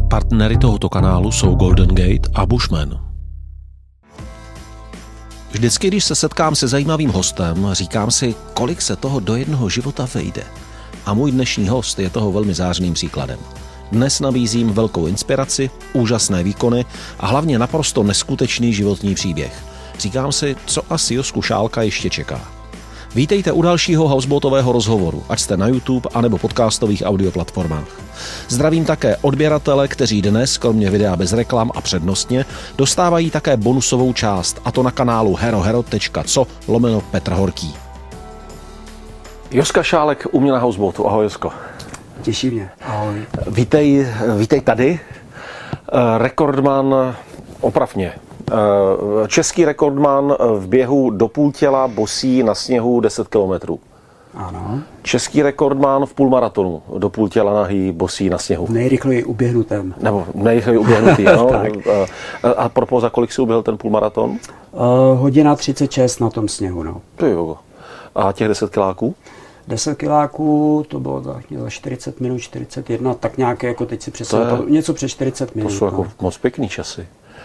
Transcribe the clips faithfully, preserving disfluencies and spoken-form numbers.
Partnery tohoto kanálu jsou Golden Gate a Bushman. Vždycky, když se setkám se zajímavým hostem, říkám si, kolik se toho do jednoho života vejde. A můj dnešní host je toho velmi zářným příkladem. Dnes nabízím velkou inspiraci, úžasné výkony a hlavně naprosto neskutečný životní příběh. Říkám si, co asi Josku Šálka ještě čeká. Vítejte u dalšího houseboatového rozhovoru, ať jste na YouTube anebo podcastových audioplatformách. Zdravím také odběratele, kteří dnes, kromě videa bez reklam a přednostně, dostávají také bonusovou část, a to na kanálu herohero tečka co lomeno Petr Horký. Joska Šálek u mě na houseboatu. Ahoj, Josko. Těší mě. Ahoj. Vítej, vítej tady. Rekordman, oprav mě. Český rekordman v běhu do půl těla bosí na sněhu deset kilometrů. Ano. Český rekordman v půlmaratonu do půl těla nahý bosí na sněhu. Nejrychleji uběhnutém. Nebo nejrychleji uběhnutý, no. A propos, za kolik jsi uběhl ten půlmaraton? Uh, hodina třicet šest na tom sněhu, no. To jo. A těch deset kiláků? deset kiláků, to bylo za, za čtyřicet minut, čtyřicet jedna, tak nějaké, jako teď si představil, je, něco přes čtyřicet minut. To jsou jako no. moc pěkný časy.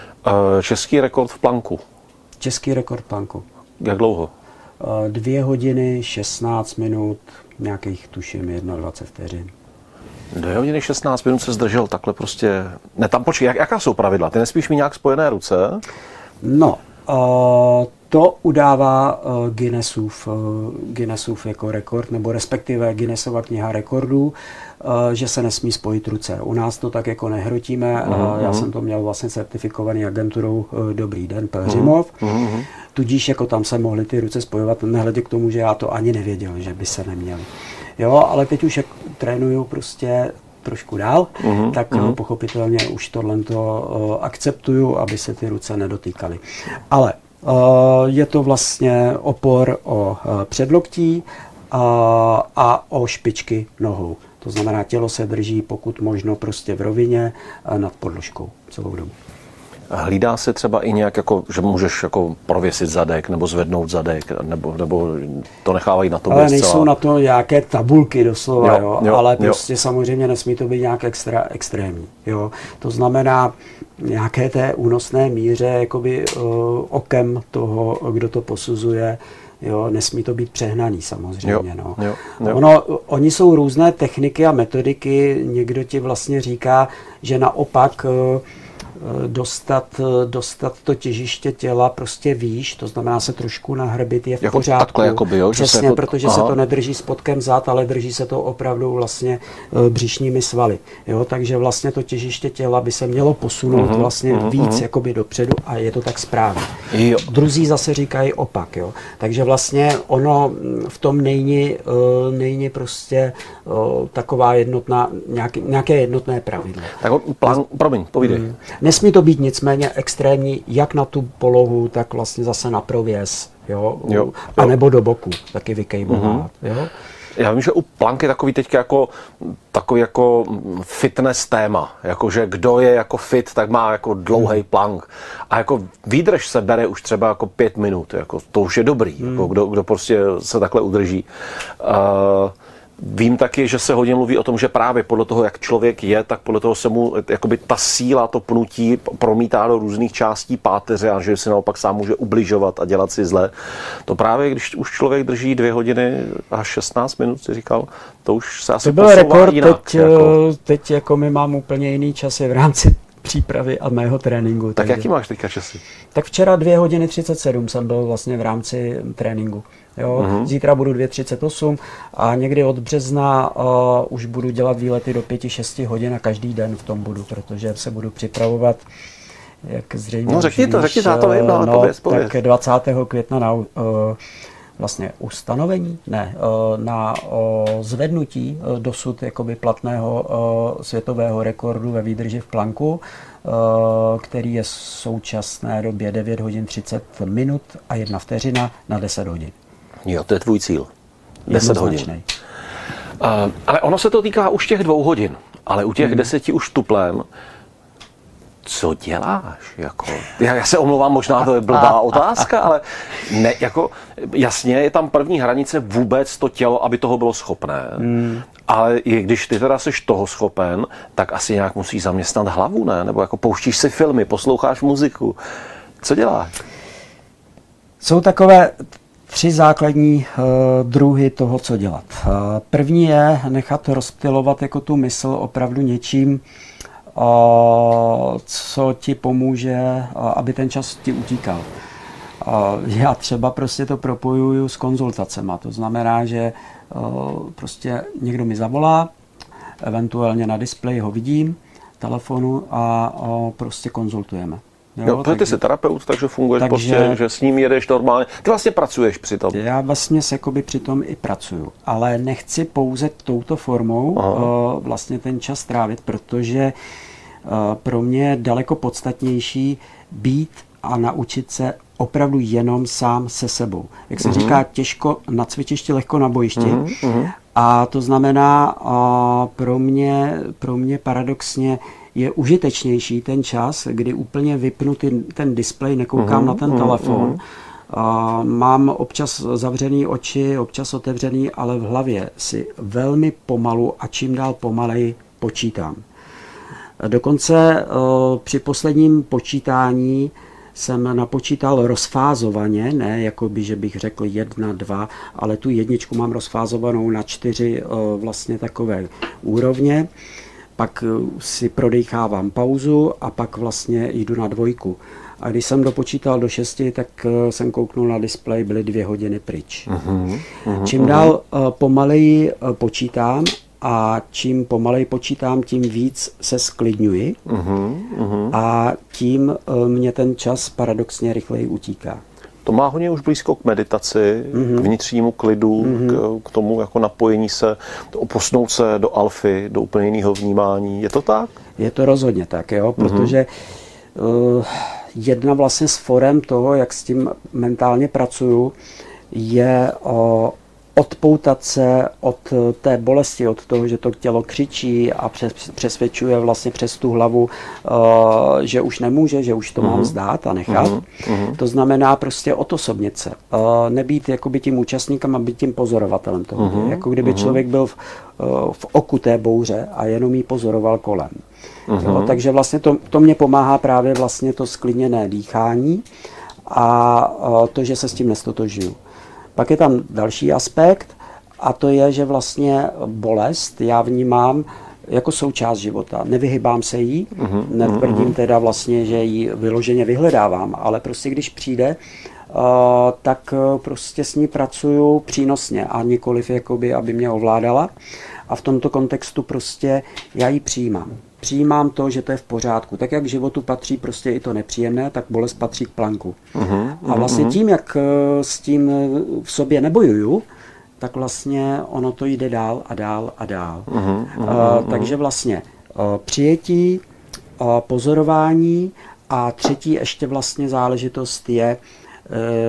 Český rekord v planku. Český rekord v planku. Jak dlouho? Dvě hodiny, šestnáct minut, nějakých tuším dvacet jedna vteřin. Dvě hodiny, šestnáct minut se zdržel takhle prostě. Ne, tam počkej, jak, jaká jsou pravidla? Ty nespíš mít nějak spojené ruce? No, uh, to udává uh, Guinnessův, uh, Guinnessův jako rekord, nebo respektive Guinnessova kniha rekordů, uh, že se nesmí spojit ruce. U nás to tak jako nehrotíme. Uh, já jsem to měl vlastně certifikovaný agenturou uh, Dobrý den, Pelhřimov. Uh-huh. Tudíž jako tam se mohly ty ruce spojovat, nehledě k tomu, že já to ani nevěděl, že by se neměly. Jo, ale teď už jak trénuju prostě trošku dál, uh-huh, tak uh-huh. pochopitelně už tohle to uh, akceptuju, aby se ty ruce nedotýkaly. Ale uh, je to vlastně opor o uh, předloktí uh, a o špičky nohou. To znamená, tělo se drží pokud možno prostě v rovině uh, nad podložkou celou dobu. Hlídá se třeba i nějak, jako, že můžeš jako prověsit zadek nebo zvednout zadek, nebo, nebo to nechávají na tobě? Ale nejsou zcela... na to nějaké tabulky doslova, jo, jo, jo, ale jo. prostě samozřejmě nesmí to být nějak extra extrémní. Jo. To znamená nějaké té únosné míře jakoby, uh, okem toho, kdo to posuzuje. Jo, nesmí to být přehnaný samozřejmě. Jo, no. jo, jo. Ono, oni jsou různé techniky a metodiky. Někdo ti vlastně říká, že naopak uh, Dostat, dostat to těžiště těla prostě výš, to znamená se trošku nahrbit je v jako pořádku. Takhle, jakoby, jo, přesně, se jako, protože aha. se to nedrží spodkem zad, ale drží se to opravdu vlastně uh, břišními svaly. Jo, takže vlastně to těžiště těla by se mělo posunout uh-huh, vlastně uh-huh, víc uh-huh. jakoby dopředu a je to tak správně. Jo. Druzí zase říkají opak. Jo. Takže vlastně ono v tom není, uh, není prostě uh, taková jednotná, nějaký, nějaké jednotné pravidlo. Tak plán, promiň, povídej. Hmm. Nesmí to být nicméně extrémní, jak na tu polohu, tak vlastně zase na prověz, jo, jo, a nebo do boku, taky vykejbovat, mm-hmm. jo. Já vím, že u plank je takový teďka jako takový jako fitness téma, jakože kdo je jako fit, tak má jako dlouhý mm. plank a jako výdrž se bere už třeba jako pět minut, jako to už je dobrý, mm. jako kdo, kdo prostě se takhle udrží. Uh, Vím taky, že se hodně mluví o tom, že právě podle toho, jak člověk je, tak podle toho se mu jakoby ta síla, to pnutí promítá do různých částí páteře a že si naopak sám může ubližovat a dělat si zle. To právě, když už člověk drží dvě hodiny a šestnáct minut, si říkal, to už se asi posouvá jinak. To byl rekord, teď, jako... teď jako my mám úplně jiný časy v rámci přípravy a mého tréninku. Tak takže... jaký máš teďka časy? Tak včera dvě hodiny třicet sedm jsem byl vlastně v rámci tréninku. Jo, uh-huh. Zítra budu dvě třicet osm a někdy od března uh, už budu dělat výlety do pět šest hodin a každý den v tom budu, protože se budu připravovat, jak zřejmě No řekni to, řekni to, já to vím, no, no, pověz, pověz. Tak dvacátého května na uh, vlastně ustanovení, ne, uh, na uh, zvednutí uh, dosud jakoby platného uh, světového rekordu ve výdrži v planku, uh, který je v současné době devět hodin třicet minut a jedna vteřina na deset hodin. Jo, to je tvůj cíl. deset hodin. Uh, ale ono se to týká už těch dvou hodin, ale u těch hmm. deseti už tuplém. Co děláš? Jako, já, já se omlouvám, možná to je blbá otázka, ale ne, jako, jasně je tam první hranice vůbec to tělo, aby toho bylo schopné. Hmm. Ale i když ty teda seš toho schopen, tak asi nějak musíš zaměstnat hlavu, ne? Nebo jako pouštíš si filmy, posloucháš muziku. Co děláš? Jsou takové tři základní uh, druhy toho, co dělat. Uh, první je nechat rozptylovat jako tu mysl opravdu něčím, uh, co ti pomůže, uh, aby ten čas ti utíkal. Uh, já třeba prostě to propojuju s konzultacema. To znamená, že uh, prostě někdo mi zavolá, eventuálně na displeji ho vidím, telefonu a uh, prostě konzultujeme. Jo, jo, protože ty jsi terapeut, takže funguješ takže, prostě, že s ním jedeš normálně. Ty vlastně pracuješ při tom. Já vlastně se jakoby při tom i pracuju, ale nechci pouze touto formou uh, vlastně ten čas trávit, protože uh, pro mě je daleko podstatnější být a naučit se opravdu jenom sám se sebou. Jak se uh-huh. říká, těžko na cvičišti, lehko na bojišti. Uh-huh. A to znamená, uh, pro mě, pro mě paradoxně je užitečnější ten čas, kdy úplně vypnu ty, ten displej, nekoukám uh-huh, na ten uh-huh, telefon. Uh-huh. Uh, mám občas zavřený oči, občas otevřený, ale v hlavě si velmi pomalu a čím dál pomaleji počítám. Dokonce uh, při posledním počítání jsem napočítal rozfázovaně, ne jakoby, že bych řekl jedna, dva, ale tu jedničku mám rozfázovanou na čtyři uh, vlastně takové úrovně. Pak si prodejchávám pauzu a pak vlastně jdu na dvojku. A když jsem dopočítal do šesti, tak jsem kouknul na displej, byly dvě hodiny pryč. Uh-huh, uh-huh, čím dál uh, pomaleji uh, počítám a čím pomaleji počítám, tím víc se sklidňuji uh-huh, uh-huh. a tím uh, mě ten čas paradoxně rychleji utíká. To má hodně už blízko k meditaci, mm-hmm. k vnitřnímu klidu, mm-hmm. k, k tomu jako napojení se, oposnout se do alfy, do úplně jiného vnímání. Je to tak? Je to rozhodně tak, jo, protože mm-hmm. uh, jedna vlastně z forem toho, jak s tím mentálně pracuju, je uh, odpoutat se od té bolesti, od toho, že to tělo křičí a přesvědčuje vlastně přes tu hlavu, že už nemůže, že už to mám vzdát a nechat. Uh-huh. To znamená prostě odosobnit se. Nebýt jakoby tím účastníkem a být tím pozorovatelem toho. Uh-huh. Jako kdyby uh-huh. člověk byl v, v oku té bouře a jenom ji pozoroval kolem. Uh-huh. Jo, takže vlastně to, to mě pomáhá právě vlastně to sklidněné dýchání a to, že se s tím nestotožuju. Pak je tam další aspekt a to je, že vlastně bolest já vnímám jako součást života. Nevyhybám se jí, uh-huh, netvrdím uh-huh. teda vlastně, že ji vyloženě vyhledávám, ale prostě když přijde, uh, tak prostě s ní pracuju přínosně a nikoliv jakoby, aby mě ovládala. A v tomto kontextu prostě já ji přijímám. Přijímám to, že to je v pořádku. Tak jak životu patří prostě i to nepříjemné, tak bolest patří k planku. Uh-huh, a vlastně tím, jak s tím v sobě nebojuju, tak vlastně ono to jde dál a dál a dál. Uh-huh, uh, uh, takže vlastně uh, přijetí, uh, pozorování a třetí ještě vlastně záležitost je uh,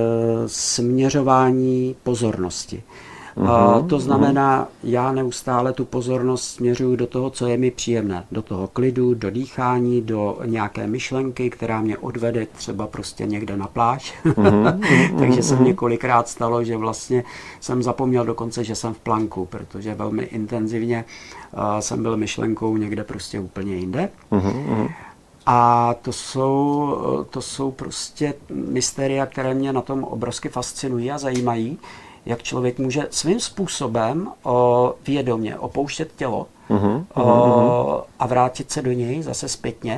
směřování pozornosti. Uh-huh, uh, to znamená, uh-huh. já neustále tu pozornost směřuju do toho, co je mi příjemné. Do toho klidu, do dýchání, do nějaké myšlenky, která mě odvede třeba prostě někde na pláž. Uh-huh, Takže se uh-huh. několikrát stalo, že vlastně jsem zapomněl dokonce, že jsem v planku, protože velmi intenzivně uh, jsem byl myšlenkou někde prostě úplně jinde. Uh-huh. A to jsou, to jsou prostě mystéria, které mě na tom obrovsky fascinují a zajímají, jak člověk může svým způsobem o, vědomě opouštět tělo uh-huh, o, uh-huh. a vrátit se do něj zase zpětně.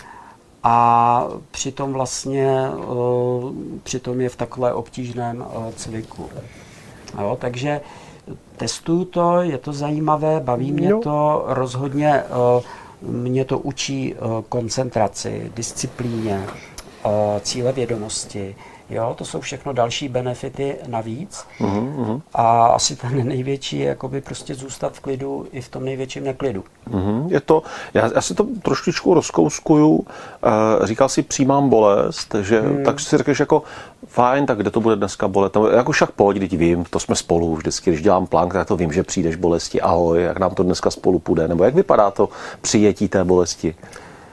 A přitom vlastně o, přitom je v takové obtížném o, cviku. Jo, takže testuju to, je to zajímavé, baví mě no. to, rozhodně o, mě to učí o, koncentraci, disciplíně, o, cílevědomosti. Jo, to jsou všechno další benefity navíc. Uh-huh. A asi ten největší je jakoby prostě zůstat v klidu i v tom největším neklidu. Uh-huh. Je to, já, já si to trošičku rozkouskuju. Uh, říkal si, přijímám bolest, že hmm. tak si řekneš jako fajn, tak kde to bude dneska bolet? Jako však pojď, teď vím, to jsme spolu vždycky, když dělám plank, tak to vím, že přijdeš bolesti, ahoj, jak nám to dneska spolu půjde, nebo jak vypadá to přijetí té bolesti?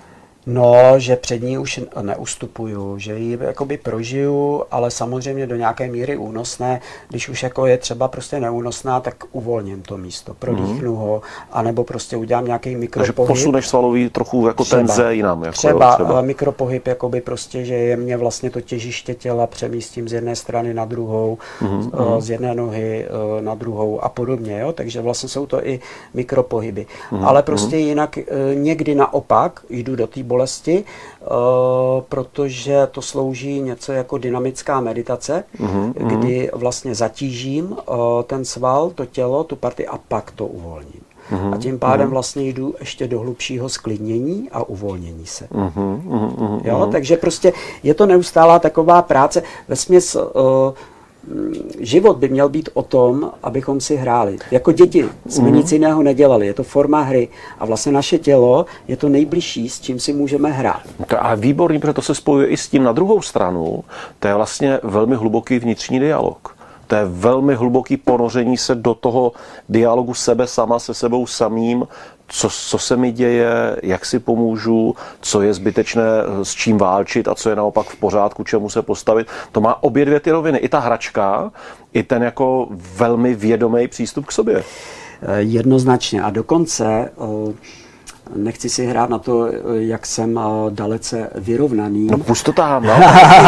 No, že před ní už neustupuju, že ji jakoby prožiju, ale samozřejmě do nějaké míry únosné. Když už jako je třeba prostě neúnosná, tak uvolním to místo, prodýchnu mm. ho, anebo prostě udělám nějaký mikropohyb. Takže posuneš svalový trochu jako třeba, tenze jinam. Jako třeba, jo, třeba mikropohyb, jakoby prostě, že jemně vlastně to těžiště těla přemístím z jedné strany na druhou, mm. z jedné nohy na druhou a podobně. Jo? Takže vlastně jsou to i mikropohyby. Mm. Ale prostě mm. jinak někdy naopak jdu do té bolesti, uh, protože to slouží něco jako dynamická meditace, mm-hmm. kdy vlastně zatížím uh, ten sval, to tělo, tu partii a pak to uvolním. Mm-hmm. A tím pádem mm-hmm. vlastně jdu ještě do hlubšího sklidnění a uvolnění se. Mm-hmm. Mm-hmm. Jo? Takže prostě je to neustálá taková práce. Vesměs uh, život by měl být o tom, abychom si hráli. Jako děti jsme mm. nic jiného nedělali. Je to forma hry. A vlastně naše tělo je to nejbližší, s čím si můžeme hrát. To a výborný, protože to se spojuje i s tím na druhou stranu. To je vlastně velmi hluboký vnitřní dialog. To je velmi hluboký ponoření se do toho dialogu sebe sama se sebou samým, co, co se mi děje, jak si pomůžu, co je zbytečné, s čím válčit a co je naopak v pořádku, čemu se postavit. To má obě dvě ty roviny. I ta hračka, i ten jako velmi vědomý přístup k sobě. Jednoznačně. A dokonce nechci si hrát na to, jak jsem dalece vyrovnaný. No pust to tam, no.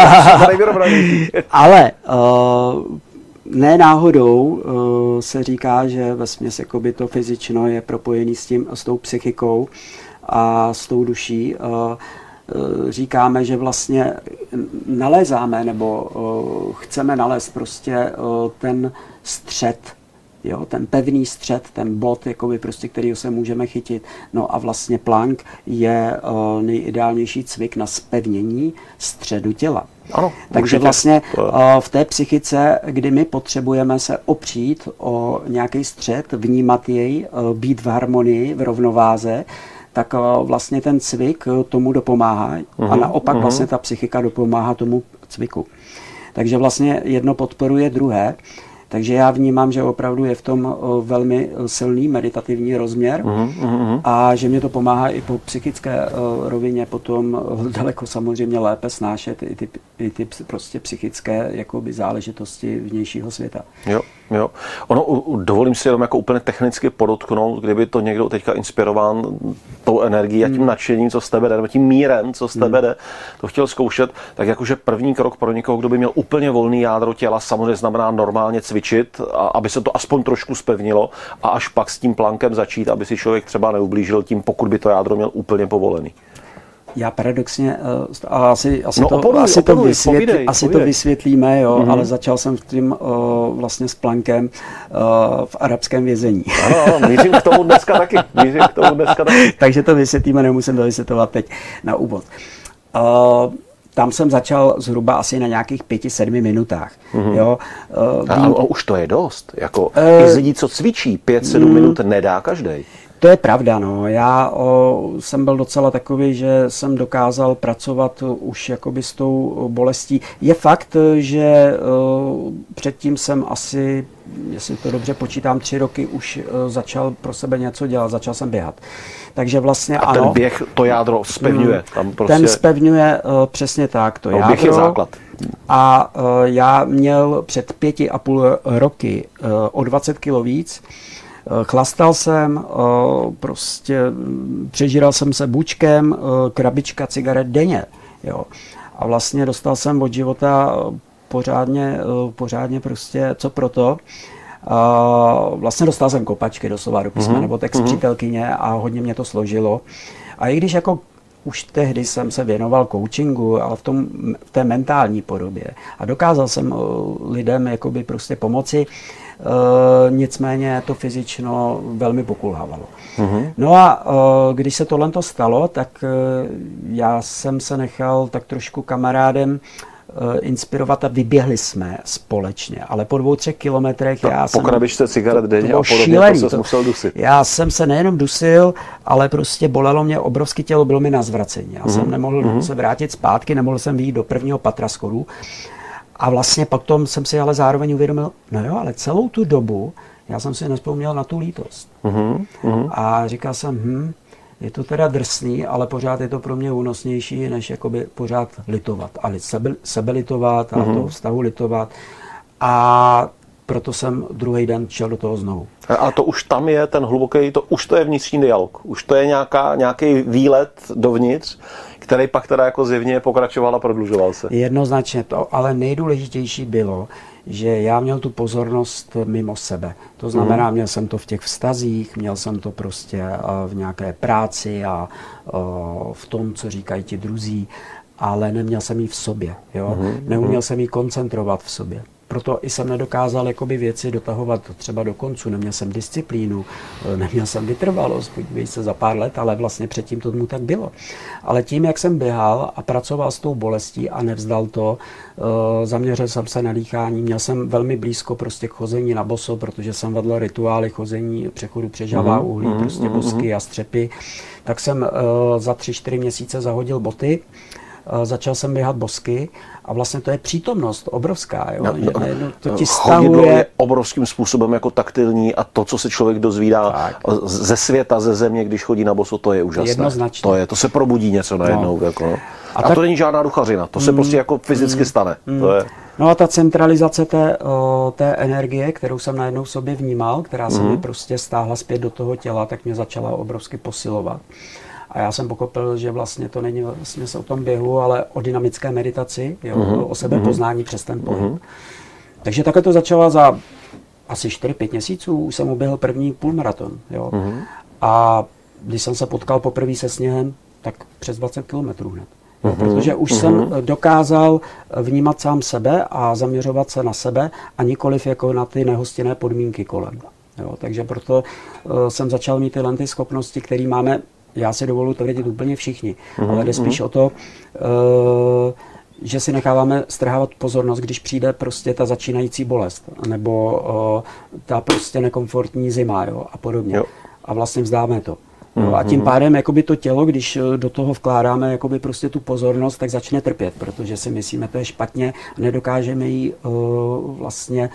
Ale uh, ne náhodou uh, se říká, že vesměs jakoby to fyzično je propojený s tím, s tou psychikou a s tou duší. Uh, uh, říkáme, že vlastně nalézáme nebo uh, chceme nalézt prostě uh, ten střed, jo, ten pevný střed, ten bod, jakoby prostě, kterýho se můžeme chytit. No a vlastně plank je uh, nejideálnější cvik na zpevnění středu těla. Ano, takže určitě. vlastně uh, v té psychice, kdy my potřebujeme se opřít o nějaký střed, vnímat jej, uh, být v harmonii, v rovnováze, tak uh, vlastně ten cvik tomu dopomáhá uh-huh, a naopak uh-huh. vlastně ta psychika dopomáhá tomu cviku. Takže vlastně jedno podporuje druhé. Takže já vnímám, že opravdu je v tom velmi silný meditativní rozměr uh-huh, uh-huh. a že mě to pomáhá i po psychické uh, rovině potom daleko samozřejmě lépe snášet i ty, i ty prostě psychické jakoby záležitosti vnějšího světa. Jo, jo. Ono, dovolím si jenom jako úplně technicky podotknout, kdyby to někdo teďka inspirován tou energií a tím hmm. nadšením, co z tebe jde, nebo tím mírem, co z tebe hmm. jde, to chtěl zkoušet, tak jakože první krok pro někoho, kdo by měl úplně volný jádro těla, samozřejmě znamená normálně cvičit, a aby se to aspoň trošku zpevnilo a až pak s tím plankem začít, aby si člověk třeba neublížil tím, pokud by to jádro měl úplně povolený. Já paradoxně, a asi, asi, no, to, oponuj, asi, oponuj, to, vysvětli, povídej, asi povídej. to vysvětlíme, jo, mm-hmm. ale začal jsem v tím uh, vlastně s plankem uh, v arabském vězení. Ano, ano, mířím k tomu dneska taky. Mířím k tomu dneska taky. Takže to vysvětlíme, nemusím to vysvětlovat teď na úvod. Uh, Tam jsem začal zhruba asi na nějakých pěti, sedmi minutách. Mm-hmm. Jo. Uh, a, a už to je dost. Jako, uh, I z lidí, co cvičí, pět, sedm mm, minut nedá každej. To je pravda, no. Já o, jsem byl docela takový, že jsem dokázal pracovat už jakoby s tou bolestí. Je fakt, že o, předtím jsem asi, jestli to dobře počítám, tři roky už o, začal pro sebe něco dělat, začal jsem běhat. Takže vlastně a ano. ten běh to jádro zpevňuje. Tam prostě... Ten zpevňuje o, přesně tak to no, jádro. Běh je základ. A o, já měl před pěti a půl roky o, o dvacet kilo víc. Chlastal jsem, prostě přežíral jsem se bučkem, krabička cigaret denně. Jo. A vlastně dostal jsem od života pořádně, pořádně prostě co proto. Vlastně dostal jsem kopačky doslova do písmene nebo text přítelkyně a hodně mě to složilo. A i když jako už tehdy jsem se věnoval coachingu, ale v, tom, v té mentální podobě a dokázal jsem lidem jakoby prostě pomoci, Uh, nicméně to fyzično velmi pokulhávalo. Uh-huh. No a uh, když se tohle to stalo, tak uh, já jsem se nechal tak trošku kamarádem uh, inspirovat a vyběhli jsme společně, ale po dvou, třech kilometrech tak já po jsem... Po krabičce cigaret denně a podobně, šílený, to se musel dusit. Já jsem se nejenom dusil, ale prostě bolelo mě obrovské tělo, bylo mi na zvracení. Já uh-huh. jsem nemohl uh-huh. se vrátit zpátky, nemohl jsem vyjít do prvního patra schodů. A vlastně potom jsem si ale zároveň uvědomil, no jo, ale celou tu dobu já jsem si nevzpomněl na tu lítost. Uh-huh, uh-huh. A říkal jsem, hm, Je to teda drsný, ale pořád je to pro mě únosnější, než jakoby pořád litovat. Ale sebe, sebe litovat a mm-hmm. toho vztahu litovat. A proto jsem druhý den šel do toho znovu. A to už tam je ten hluboký, to už to je vnitřní dialog. Už to je nějaká, nějaký výlet dovnitř, který pak teda jako zjevně pokračoval a prodlužoval se. Jednoznačně to, ale nejdůležitější bylo, že já měl tu pozornost mimo sebe. To znamená, měl jsem to v těch vztazích, měl jsem to prostě v nějaké práci a v tom, co říkají ti druzí, ale neměl jsem ji v sobě. Jo? Mm-hmm. Neuměl jsem ji koncentrovat v sobě. Proto i jsem nedokázal jakoby věci dotahovat třeba do koncu. Neměl jsem disciplínu, neměl jsem vytrvalost, podívej se za pár let, ale vlastně předtím to tomu tak bylo. Ale tím, jak jsem běhal a pracoval s tou bolestí a nevzdal to, zaměřil jsem se na dýchání, měl jsem velmi blízko prostě k chození na boso, protože jsem vedl rituály chození, přechodu přes žhavá uhlí, mm, prostě bosky a střepy, tak jsem za tři, čtyři měsíce zahodil boty, začal jsem běhat bosky a vlastně to je přítomnost obrovská. Jo? Že ne, to ti Chodidlo je obrovským způsobem jako taktilní a to, co se člověk dozvídá tak. ze světa, ze země, když chodí na boso, to je úžasné. Jednoznačně. To je, to se probudí něco najednou. No. Jako, no. A, a tak, to není žádná duchařina, to se mm, prostě jako fyzicky mm, stane. Mm. To je. No a ta centralizace té, o, té energie, kterou jsem najednou v sobě vnímal, která se mm. mi prostě stáhla zpět do toho těla, tak mě začala obrovsky posilovat. A já jsem pochopil, že vlastně to není vlastně o tom běhu, ale o dynamické meditaci, jo, mm-hmm. o sebepoznání mm-hmm. přes ten pohyb. Mm-hmm. Takže takhle to začalo za asi čtyři pět měsíců, už jsem uběhl první půlmaraton. Jo. Mm-hmm. A když jsem se potkal poprvé se sněhem, tak přes dvacet kilometrů hned. Jo, mm-hmm. Protože už mm-hmm. jsem dokázal vnímat sám sebe a zaměřovat se na sebe a nikoliv jako na ty nehostinné podmínky kolem. Jo, takže proto uh, jsem začal mít tyhle ty schopnosti, které máme. Já si dovoluji tvrdit úplně všichni, mm-hmm. ale jde spíš mm-hmm. o to, uh, že si necháváme strhávat pozornost, když přijde prostě ta začínající bolest, nebo uh, ta prostě nekomfortní zima, jo, a podobně. Jo. A vlastně vzdáme to. Mm-hmm. Jo, a tím pádem jakoby to tělo, když do toho vkládáme jakoby prostě tu pozornost, tak začne trpět, protože si myslíme, to je špatně a nedokážeme ji uh, vlastně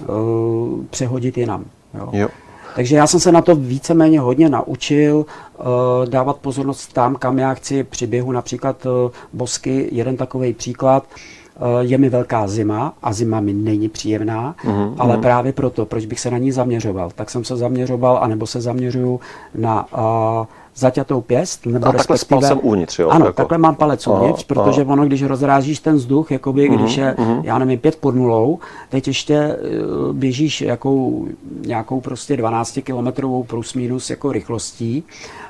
uh, přehodit jinam. Jo. Jo. Takže já jsem se na to víceméně hodně naučil, uh, dávat pozornost tam, kam já chci při běhu, například uh, bosky, jeden takový příklad, uh, je mi velká zima a zima mi není příjemná, mm-hmm. ale právě proto, proč bych se na ní zaměřoval, tak jsem se zaměřoval, anebo se zaměřuju na uh, zaťatou pěst, nebo a takhle spal jsem uvnitř, jo? Ano, jako... takhle mám palec uvnitř, a, protože a... ono, když rozrážíš ten vzduch, jakoby, mm-hmm, když je, mm-hmm. já nevím, pět pod nulou, teď ještě běžíš jakou, nějakou prostě dvanáctikilometrovou plus minus jako rychlostí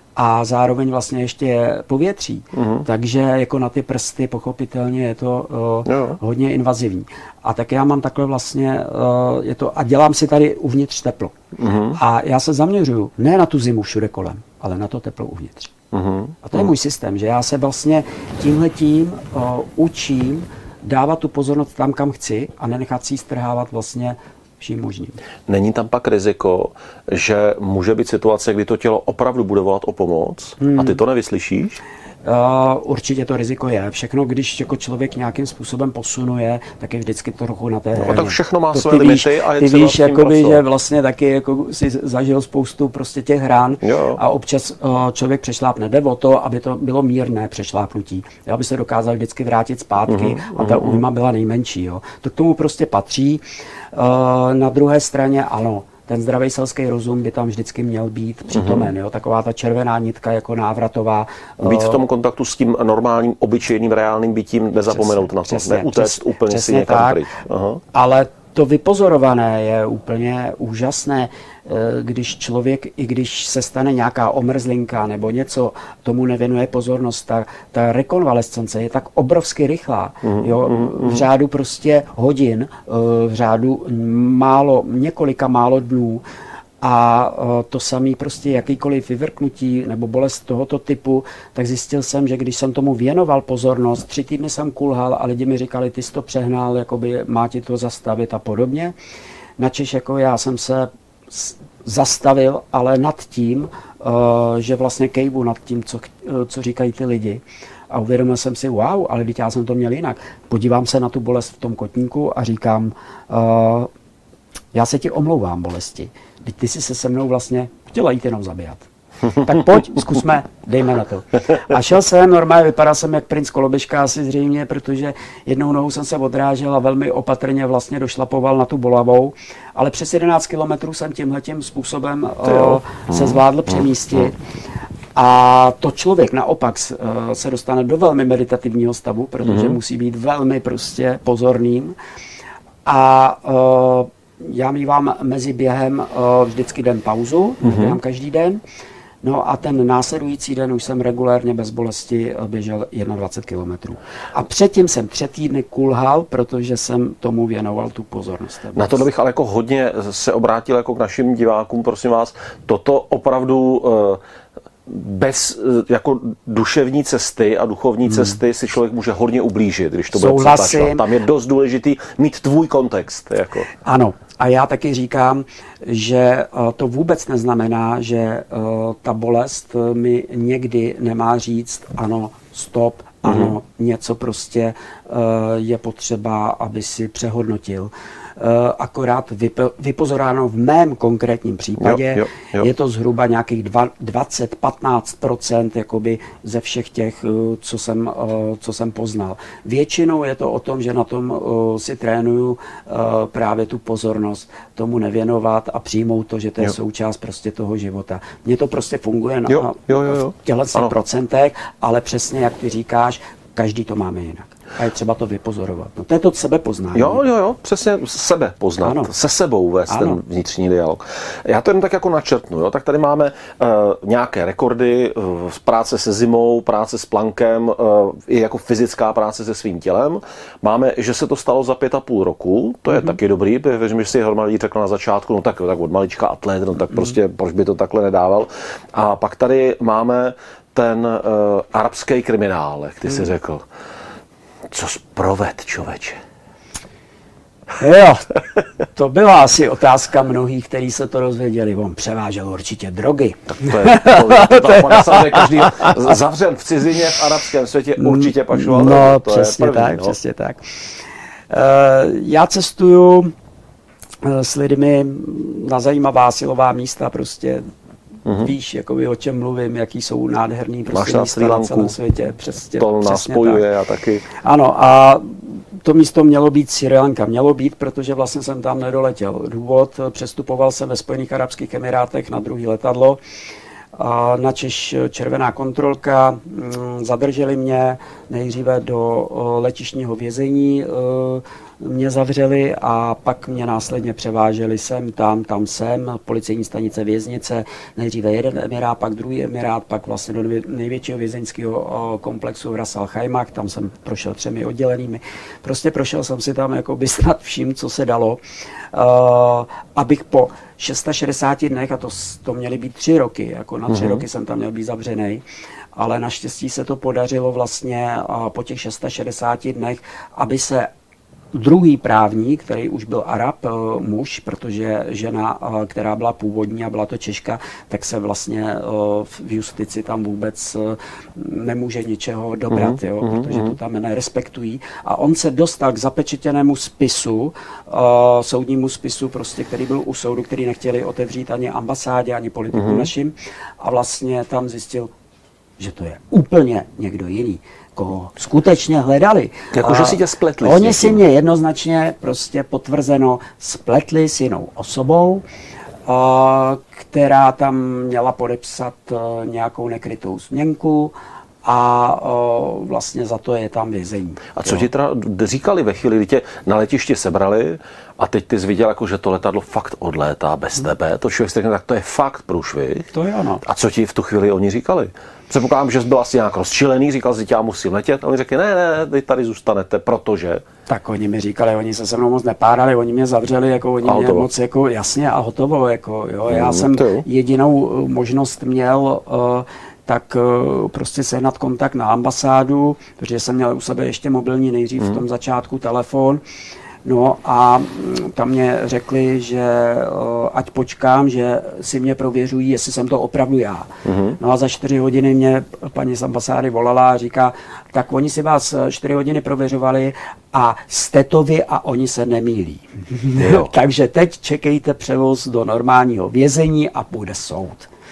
a zároveň vlastně ještě povětří. Mm-hmm. Takže jako na ty prsty pochopitelně je to uh, hodně invazivní. A tak já mám takhle vlastně, uh, je to, a dělám si tady uvnitř teplo. Mm-hmm. A já se zaměřuju ne na tu zimu všude kolem, ale na to teplo uvnitř. Mm-hmm. A to je můj systém, že já se vlastně tímhletím uh, učím dávat tu pozornost tam, kam chci a nenechat si ji strhávat vlastně vším možným. Není tam pak riziko, že může být situace, kdy to tělo opravdu bude volat o pomoc hmm. a ty to nevyslyšíš? Uh, určitě to riziko je. Všechno, když jako člověk nějakým způsobem posunuje, tak je vždycky to trochu na té hraně. No, tak všechno má to své limity a je ty třeba víš, jakoby, že vlastně taky jako si zažil spoustu prostě těch hran jo. a občas uh, člověk přešlápne. Jde o to, aby to bylo mírné přešlápnutí. Aby se dokázal vždycky vrátit zpátky uh-huh, a ta uh-huh. újma byla nejmenší. Jo. To k tomu prostě patří. Uh, na druhé straně ano, ten zdravý selský rozum by tam vždycky měl být přítomen. Mm-hmm. Jo? Taková ta červená nitka jako návratová. Být v tom kontaktu s tím normálním, obyčejným, reálným bytím, nezapomenout přesně, na to, přesně, neutéct přes, úplně si někam tak, pryč. Aha. Ale to vypozorované je úplně úžasné, když člověk, i když se stane nějaká omrzlinka nebo něco, tomu nevěnuje pozornost, ta, ta rekonvalescence je tak obrovsky rychlá. Mm, jo, mm, v řádu prostě hodin, v řádu málo, několika málo dnů. A to samé prostě jakýkoliv vyvrknutí nebo bolest tohoto typu, tak zjistil jsem, že když jsem tomu věnoval pozornost, tři týdny jsem kulhal a lidi mi říkali, ty jsi to přehnal, jakoby má ti to zastavit a podobně. Načež jako já jsem se zastavil, ale nad tím, že vlastně kejvu nad tím, co, co říkají ty lidi. A uvědomil jsem si, wow, ale teď já jsem to měl jinak. Podívám se na tu bolest v tom kotníku a říkám, já se ti omlouvám bolesti. Teď ty jsi se se mnou vlastně chtěla jít jenom zabíjat. Tak pojď, zkusme, dejme na to. A šel jsem, normálně vypadal jsem jak princ Koloběžka asi zřejmě, protože jednou nohou jsem se odrážel a velmi opatrně vlastně došlapoval na tu bolavou, ale přes jedenáct kilometrů jsem tímhletím způsobem uh, se zvládl přemístit. A to člověk naopak uh, se dostane do velmi meditativního stavu, protože mm. musí být velmi prostě pozorným. A uh, já mívám mezi během uh, vždycky den pauzu, mm-hmm. běhám každý den. No a ten následující den už jsem regulérně bez bolesti běžel dvacet jedna kilometrů. A předtím jsem tři týdny kulhal, protože jsem tomu věnoval tu pozornost. Na to bych ale jako hodně se obrátil jako k našim divákům, prosím vás. Toto opravdu bez jako duševní cesty a duchovní hmm. cesty si člověk může hodně ublížit, když to bude přetačovat. Tam je dost důležitý mít tvůj kontext. Jako. Ano. A já taky říkám, že to vůbec neznamená, že ta bolest mi někdy nemá říct ano, stop, ano, mm-hmm. něco prostě je potřeba, aby si přehodnotil. Akorát vypozoráno v mém konkrétním případě, jo, jo, jo. je to zhruba nějakých dvacet až patnáct procent jakoby ze všech těch, co jsem, co jsem poznal. Většinou je to o tom, že na tom si trénuju právě tu pozornost, tomu nevěnovat a přijmout to, že to je jo. součást prostě toho života. Mně to prostě funguje na, jo, jo, jo, jo. v těchto procentech, ale přesně jak ty říkáš, každý to máme jinak. A je třeba to vypozorovat. No, to je to sebepoznání. Jo, jo, jo, přesně sebe poznat, ano. se sebou vést ano. ten vnitřní dialog. Já to jen tak jako načrtnu. Jo? Tak tady máme uh, nějaké rekordy, uh, práce se zimou, práce s plankem, uh, i jako fyzická práce se svým tělem. Máme, že se to stalo za pět a půl roku, to je mm-hmm. taky dobrý, protože když si Hormalík řekl na začátku, no tak, tak od malička atlet, no tak mm-hmm. prostě proč by to takhle nedával. A pak tady máme ten uh, arabský kriminál, jak ty mm. jsi řekl. Co jsi proved, člověče? Jo, to byla asi otázka mnohých, kteří se to dozvěděli. On převážel určitě drogy. Tak to je, to, to, to, to je každý zavřen v cizině, v arabském světě určitě pašoval. No, to přesně je první, tak, no. přesně tak. Uh, já cestuju s lidmi na zajímavá silová místa, prostě mm-hmm. víš, jakoby, o čem mluvím, jaký jsou nádherný prostě místa na celém světě. Přesně, to nás spojuje tak. A taky. Ano, a to místo mělo být Srí Lanka. Mělo být, protože vlastně jsem tam nedoletěl. Důvod, přestupoval jsem ve Spojených arabských emirátech na druhé letadlo. A načež červená kontrolka, zadrželi mě nejdříve do letištního vězení, mě zavřeli a pak mě následně převáželi sem, tam, tam sem, policejní stanice, věznice, nejdříve jeden emirát, pak druhý emirát, pak vlastně do největšího vězeňského komplexu v Ras Al Khaimah, tam jsem prošel třemi oddělenými. Prostě prošel jsem si tam jako by snad vším, co se dalo, uh, abych po šedesáti šesti dnech, a to, to měly být tři roky, jako na tři mm-hmm. roky jsem tam měl být zavřenej, ale naštěstí se to podařilo vlastně uh, po těch šedesáti šesti dnech, aby se druhý právník, který už byl Arab, muž, protože žena, která byla původní a byla to Češka, tak se vlastně v justici tam vůbec nemůže ničeho dobrat, mm-hmm. jo, protože to tam nerespektují. A on se dostal k zapečetěnému spisu, soudnímu spisu, prostě, který byl u soudu, který nechtěli otevřít ani ambasádě, ani politiku mm-hmm. našim. A vlastně tam zjistil, že to je úplně někdo jiný, koho skutečně hledali. Jakože si tě spletli. Oni si mě jednoznačně prostě potvrzeno spletli s jinou osobou, která tam měla podepsat nějakou nekrytou směnku a vlastně za to je tam vězení. A co jo. ti teda říkali ve chvíli, kdy tě na letišti sebrali a teď ty jsi viděl, jako, že to letadlo fakt odlétá bez tebe, to člověk si řekne, tak to je fakt průšvih. To je ono. A co ti v tu chvíli oni říkali? Předpokládám, že jsi byl asi nějak rozčilený, říkal jsi, že já musím letět, a oni řekli, ne, ne, vy tady zůstanete, protože... Tak oni mi říkali, oni se se mnou moc nepárali, oni mě zavřeli, jako oni mě moc, jako jasně a hotovo, jako jo, já mm, jsem jedinou možnost měl, uh, tak uh, prostě sehnat kontakt na ambasádu, protože jsem měl u sebe ještě mobilní nejdřív mm. v tom začátku telefon. No a tam mě řekli, že uh, ať počkám, že si mě prověřují, jestli jsem to opravdu já. Mm-hmm. No a za čtyři hodiny mě paní z ambasády volala a říká, tak oni si vás čtyři hodiny prověřovali a jste to vy a oni se nemýlí. Takže teď čekejte převoz do normálního vězení a půjde soud.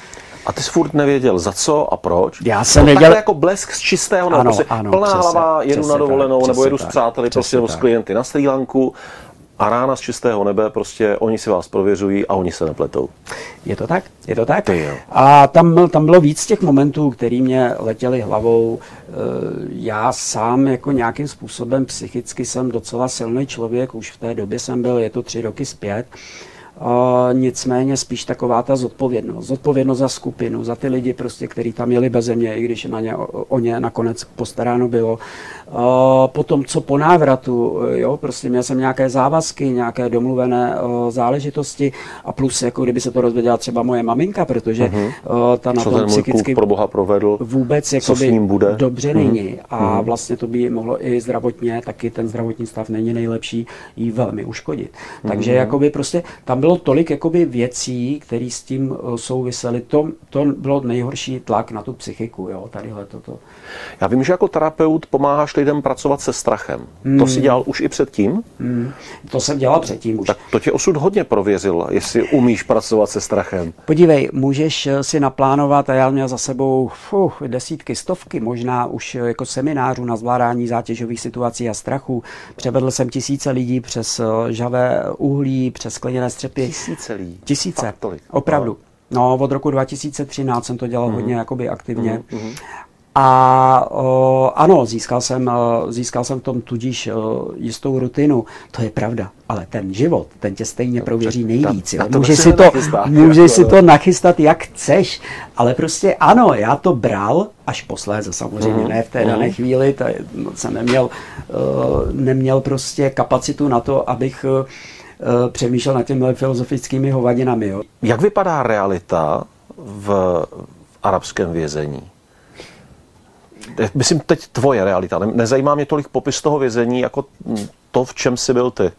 A ty jsi furt nevěděl za co a proč? Já jsem no, věděl... jako blesk z čistého, nebo ano, prostě ano, plná přesně, hlava, jedu na dovolenou, tak, nebo jedu tak, s přáteli, prostě s klienty na Srí Lanku a rána z čistého nebe, prostě oni si vás prověřují a oni se nepletou. Je to tak? Je to tak? Ty jo. A tam, tam bylo víc těch momentů, které mě letěly hlavou. Já sám jako nějakým způsobem psychicky jsem docela silný člověk, už v té době jsem byl, je to tři roky zpět. Uh, nicméně spíš taková ta zodpovědnost. Zodpovědnost za skupinu, za ty lidi, prostě, kteří tam jeli beze mě, i když na ně, o, o ně nakonec postaráno bylo. Uh, potom, co po návratu, jo, prostě měl jsem nějaké závazky, nějaké domluvené uh, záležitosti a plus, jako kdyby se to rozvěděla třeba moje maminka, protože uh, ta na co tom ten psychicky pro Boha provedl, vůbec co s ním bude? Dobře mm-hmm. není. A mm-hmm. vlastně to by mohlo i zdravotně, taky ten zdravotní stav není nejlepší, jí velmi uškodit. Mm-hmm. Takže jakoby prostě tam bylo tolik jakoby věcí, které s tím souvisely. To, to bylo nejhorší tlak na tu psychiku, jo, tadyhle toto. Já vím, že jako terapeut pomáháš lidem pracovat se strachem. Hmm. To jsi dělal už i předtím? Hmm. To jsem dělal předtím už. Tak to tě osud hodně prověřil, jestli umíš pracovat se strachem. Podívej, můžeš si naplánovat, a já měl za sebou fuh, desítky, stovky, možná už jako seminářů na zvládání zátěžových situací a strachu. Převedl jsem tisíce lidí přes žhavé uhlí, přes skleněné střepy. Tisíce lidí? Tisíce, opravdu. No, od roku dva tisíce třináct jsem to dělal mm. hodně jakoby aktivně. Mm. A o, ano, získal jsem, získal jsem v tom tudíž o, jistou rutinu. To je pravda, ale ten život, ten tě stejně prověří nejvíc. Jo. Můžeš si to, můžeš si to nachystat, jak chceš, ale prostě ano, já to bral až posléze samozřejmě, mm. ne v té dané chvíli, to jsem neměl, uh, neměl prostě kapacitu na to, abych uh, přemýšlel nad těmi filozofickými hovadinami. Jo. Jak vypadá realita v, v arabském vězení? Myslím teď tvoje realita. Ne, nezajímá mě tolik popis toho vězení, jako to, v čem jsi byl ty.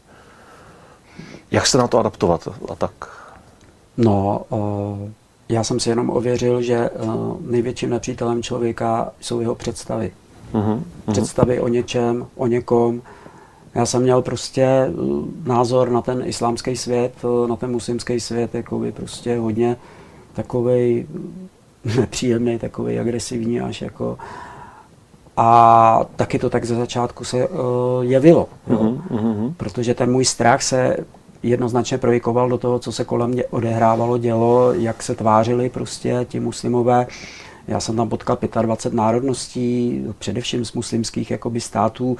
Jak se na to adaptovat a tak? No, uh, já jsem si jenom ověřil, že uh, největším nepřítelem člověka jsou jeho představy. Uh-huh, uh-huh. Představy o něčem, o někom. Já jsem měl prostě názor na ten islámský svět, na ten muslimský svět, jakoby prostě hodně takovej nepříjemný, takovej agresivní až jako. A taky to tak ze začátku se uh, jevilo, jo? Uh-huh, uh-huh. Protože ten můj strach se jednoznačně projikoval do toho, co se kolem mě odehrávalo, dělo, jak se tvářili prostě ti muslimové. Já jsem tam potkal dvacet pět národností, především z muslimských jakoby států,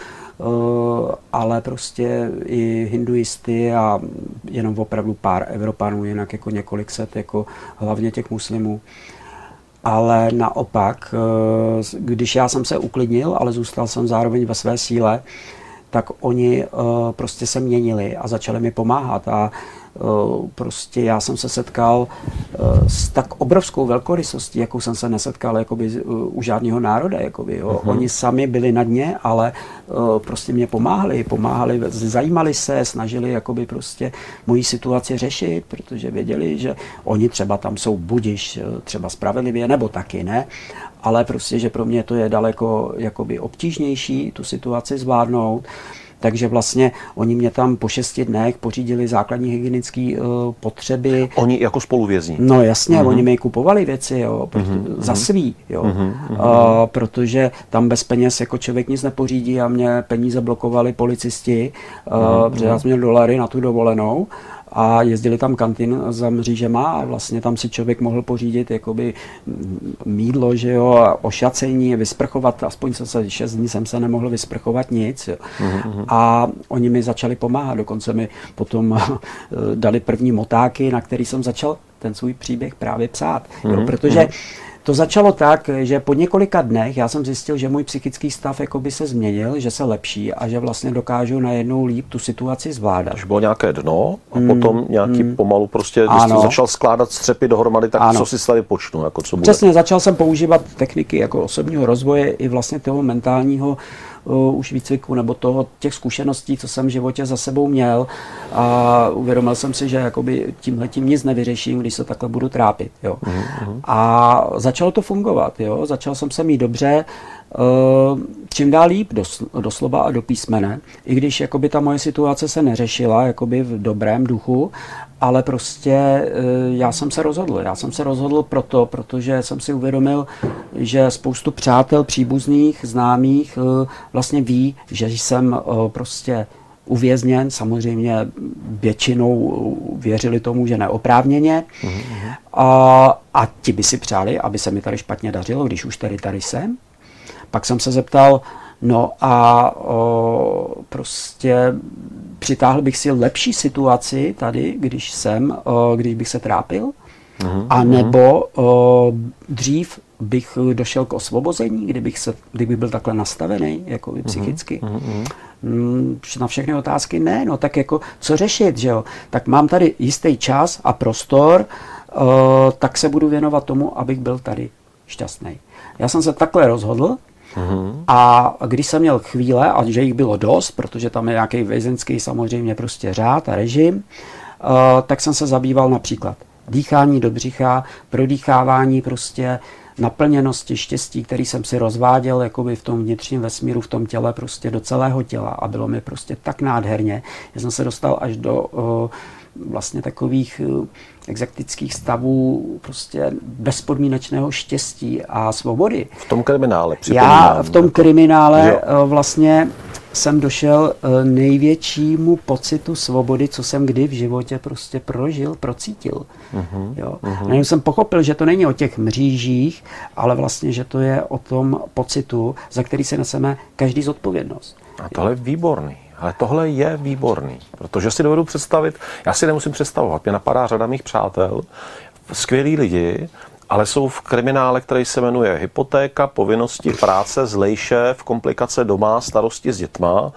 ale prostě i hinduisty a jenom opravdu pár Evropanů, jinak jako několik set, jako hlavně těch muslimů. Ale naopak, když já jsem se uklidnil, ale zůstal jsem zároveň ve své síle, tak oni prostě se měnili a začali mi pomáhat. A prostě já jsem se setkal s tak obrovskou velkorysostí, jakou jsem se nesetkal jakoby u žádného národa. Jakoby, jo. Uh-huh. Oni sami byli na dně, ale prostě mě pomáhali, pomáhali, zajímali se, snažili jakoby prostě moji situaci řešit, protože věděli, že oni třeba tam jsou budiš třeba spravedlivě, nebo taky ne, ale prostě, že pro mě to je daleko jakoby obtížnější tu situaci zvládnout. Takže vlastně oni mě tam po šesti dnech pořídili základní hygienické uh, potřeby. Oni jako spoluvězni? No jasně, uh-huh. oni mi kupovali věci, jo, proto, uh-huh. za svý, jo, uh-huh. uh, protože tam bez peněz jako člověk nic nepořídí a mě peníze blokovali policisti, uh, uh-huh. protože já jsem měl dolary na tu dovolenou. A jezdili tam kantin za mřížema a vlastně tam si člověk mohl pořídit jakoby mýdlo, že jo, a ošacení, vysprchovat, aspoň se šest dní jsem se nemohl vysprchovat nic. Jo. Mm-hmm. A oni mi začali pomáhat, dokonce mi potom dali první motáky, na který jsem začal ten svůj příběh právě psát, mm-hmm. jo, protože to začalo tak, že po několika dnech já jsem zjistil, že můj psychický stav jakoby se změnil, že se lepší a že vlastně dokážu najednou líp tu situaci zvládat. Už bylo nějaké dno a mm, potom nějaký mm, pomalu prostě, když jsi začal skládat střepy dohromady, tak ano. Co si tady počnu, jako co bude? Přesně, začal jsem používat techniky jako osobního rozvoje i vlastně toho mentálního uh, už výcviku nebo toho těch zkušeností, co jsem v životě za sebou měl a uvědomil jsem si, že jakoby tímhletím nic nevyřeším, když se takhle budu trápit. Jo. Mm, mm. A začalo to fungovat, jo? Začal jsem se mít dobře, čím dál líp, doslova a do písmene, i když jakoby ta moje situace se neřešila jakoby v dobrém duchu, ale prostě já jsem se rozhodl. Já jsem se rozhodl proto, protože jsem si uvědomil, že spoustu přátel, příbuzných, známých vlastně ví, že jsem prostě uvězněn. Samozřejmě většinou věřili tomu, že neoprávněně. Mm-hmm. A, a ti by si přáli, aby se mi tady špatně dařilo, když už tady tady jsem. Pak jsem se zeptal, no a o, prostě přitáhl bych si lepší situaci tady, když jsem, o, když bych se trápil, mm-hmm. a nebo o, dřív bych došel k osvobození, kdybych, se, kdybych byl takhle nastavený, jako psychicky. Mm-hmm. Na všechny otázky ne, no tak jako co řešit, že jo? Tak mám tady jistý čas a prostor, uh, tak se budu věnovat tomu, abych byl tady šťastný. Já jsem se takhle rozhodl, mm-hmm. a když jsem měl chvíle, a že jich bylo dost, protože tam je nějaký vězeňský samozřejmě prostě řád a režim, uh, tak jsem se zabýval například dýchání do břicha, prodýchávání prostě naplněnosti, štěstí, který jsem si rozváděl jakoby v tom vnitřním vesmíru, v tom těle, prostě do celého těla a bylo mi prostě tak nádherně, že jsem se dostal až do o, vlastně takových o, exaktických stavů prostě bezpodmínečného štěstí a svobody. V tom kriminále. Já v tom kriminále o, vlastně jsem došel největšímu pocitu svobody, co jsem kdy v životě prostě prožil, procítil. Uh-huh, jo. Uh-huh. A jsem pochopil, že to není o těch mřížích, ale vlastně, že to je o tom pocitu, za který si neseme každý zodpovědnost. A tohle je výborný. Ale tohle je výborný, protože si dovedu představit, já si nemusím představovat, mě napadá řada mých přátel, skvělí lidi, ale jsou v kriminále, který se jmenuje hypotéka, povinnosti, práce, zlej šéf, komplikace doma, starosti s dětma.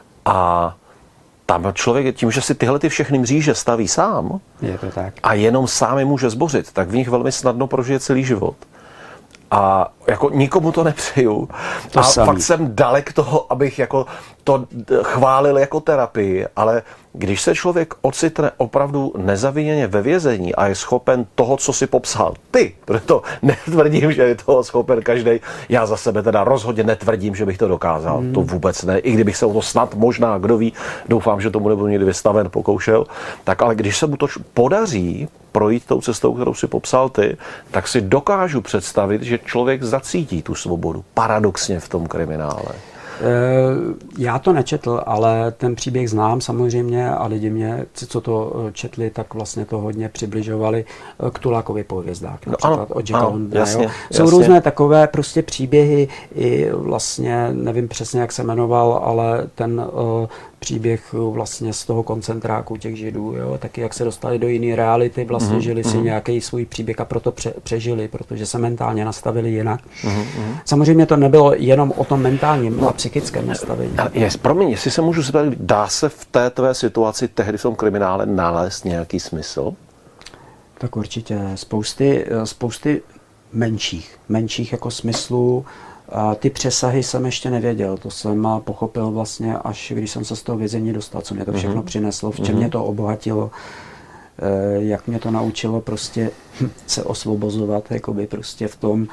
A tam člověk tím, že si tyhle ty všechny mříže staví sám je to tak. A jenom sám je může zbořit, tak v nich velmi snadno prožije celý život. A jako nikomu to nepřeju. To a samý. Fakt jsem dalek toho, abych jako to chválil jako terapii, ale když se člověk ocitne opravdu nezaviněně ve vězení a je schopen toho, co si popsal ty, protože to netvrdím, že je toho schopen každý, já za sebe teda rozhodně netvrdím, že bych to dokázal, hmm. to vůbec ne, i kdybych se o to snad možná, kdo ví, doufám, že tomu nebudu někdy vystaven, pokoušel, tak ale když se mu to podaří projít tou cestou, kterou si popsal ty, tak si dokážu představit, že člověk zacítí tu svobodu, paradoxně v tom kriminále. Já to nečetl, ale ten příběh znám samozřejmě a lidi mě, co to četli, tak vlastně to hodně přibližovali k Tulákově povězdách, například od Jacka Londona. Jsou jasně. různé takové prostě příběhy, i vlastně nevím přesně, jak se jmenoval, ale ten uh, příběh vlastně z toho koncentráku těch Židů, jo, taky jak se dostali do jiné reality, vlastně mm-hmm. žili si nějaký svůj příběh a proto pře- přežili, protože se mentálně nastavili jinak. Mm-hmm. Samozřejmě to nebylo jenom o tom mentálním a psychickém nastavení. Jest, promiň, jestli se můžu zeptat, dá se v té tvé situaci tehdy v tom kriminále nalézt nějaký smysl? Tak určitě. Spousty, spousty menších, menších jako smyslů. A ty přesahy jsem ještě nevěděl, to jsem pochopil vlastně, až když jsem se z toho vězení dostal, co mě to všechno mm-hmm. přineslo, v čem mm-hmm. mě to obohatilo, jak mě to naučilo prostě se osvobozovat, jakoby prostě v tom,